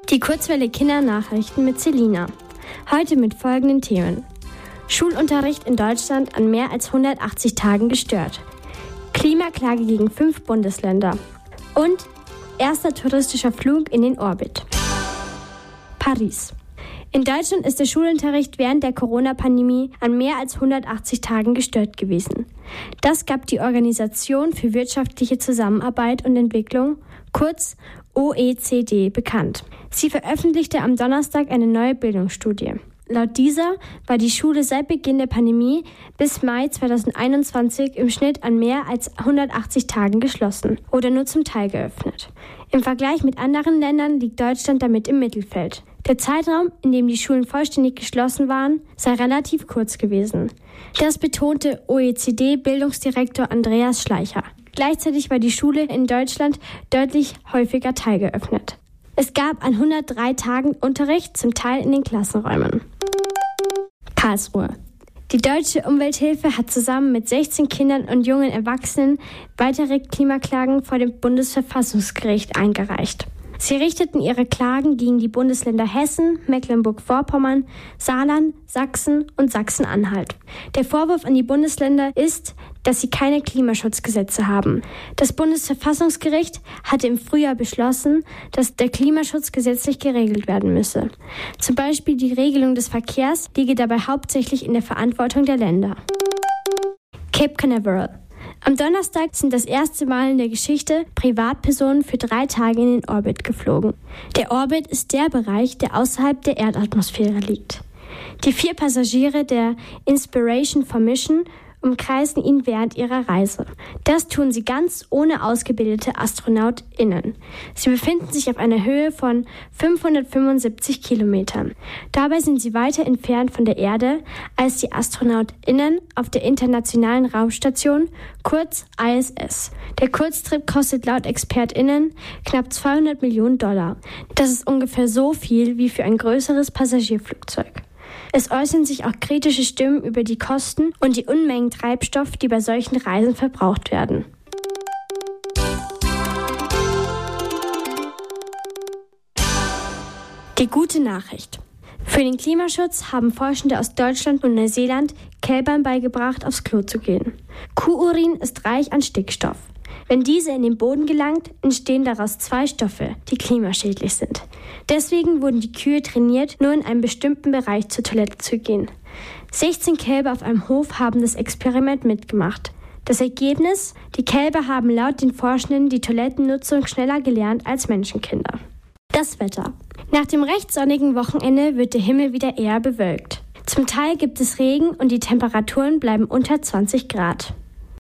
Die Kurzwelle Kindernachrichten mit Selina. Heute mit folgenden Themen. Schulunterricht in Deutschland an mehr als 180 Tagen gestört. Klimaklage gegen 5 Bundesländer. Und erster touristischer Flug in den Orbit. Paris. In Deutschland ist der Schulunterricht während der Corona-Pandemie an mehr als 180 Tagen gestört gewesen. Das gab die Organisation für wirtschaftliche Zusammenarbeit und Entwicklung, kurz OECD, bekannt. Sie veröffentlichte am Donnerstag eine neue Bildungsstudie. Laut dieser war die Schule seit Beginn der Pandemie bis Mai 2021 im Schnitt an mehr als 180 Tagen geschlossen oder nur zum Teil geöffnet. Im Vergleich mit anderen Ländern liegt Deutschland damit im Mittelfeld. Der Zeitraum, in dem die Schulen vollständig geschlossen waren, sei relativ kurz gewesen. Das betonte OECD-Bildungsdirektor Andreas Schleicher. Gleichzeitig war die Schule in Deutschland deutlich häufiger teilgeöffnet. Es gab an 103 Tagen Unterricht, zum Teil in den Klassenräumen. Karlsruhe. Die Deutsche Umwelthilfe hat zusammen mit 16 Kindern und jungen Erwachsenen weitere Klimaklagen vor dem Bundesverfassungsgericht eingereicht. Sie richteten ihre Klagen gegen die Bundesländer Hessen, Mecklenburg-Vorpommern, Saarland, Sachsen und Sachsen-Anhalt. Der Vorwurf an die Bundesländer ist, dass sie keine Klimaschutzgesetze haben. Das Bundesverfassungsgericht hatte im Frühjahr beschlossen, dass der Klimaschutz gesetzlich geregelt werden müsse. Zum Beispiel die Regelung des Verkehrs liege dabei hauptsächlich in der Verantwortung der Länder. Cape Canaveral. Am Donnerstag sind das erste Mal in der Geschichte Privatpersonen für 3 Tage in den Orbit geflogen. Der Orbit ist der Bereich, der außerhalb der Erdatmosphäre liegt. Die 4 Passagiere der Inspiration 4 Mission umkreisen ihn während ihrer Reise. Das tun sie ganz ohne ausgebildete AstronautInnen. Sie befinden sich auf einer Höhe von 575 Kilometern. Dabei sind sie weiter entfernt von der Erde als die AstronautInnen auf der Internationalen Raumstation, kurz ISS. Der Kurztrip kostet laut ExpertInnen knapp $200 Millionen. Das ist ungefähr so viel wie für ein größeres Passagierflugzeug. Es äußern sich auch kritische Stimmen über die Kosten und die Unmengen Treibstoff, die bei solchen Reisen verbraucht werden. Die gute Nachricht. Für den Klimaschutz haben Forschende aus Deutschland und Neuseeland Kälbern beigebracht, aufs Klo zu gehen. Kuhurin ist reich an Stickstoff. Wenn diese in den Boden gelangt, entstehen daraus 2 Stoffe, die klimaschädlich sind. Deswegen wurden die Kühe trainiert, nur in einem bestimmten Bereich zur Toilette zu gehen. 16 Kälber auf einem Hof haben das Experiment mitgemacht. Das Ergebnis? Die Kälber haben laut den Forschenden die Toilettennutzung schneller gelernt als Menschenkinder. Das Wetter. Nach dem recht sonnigen Wochenende wird der Himmel wieder eher bewölkt. Zum Teil gibt es Regen und die Temperaturen bleiben unter 20 Grad.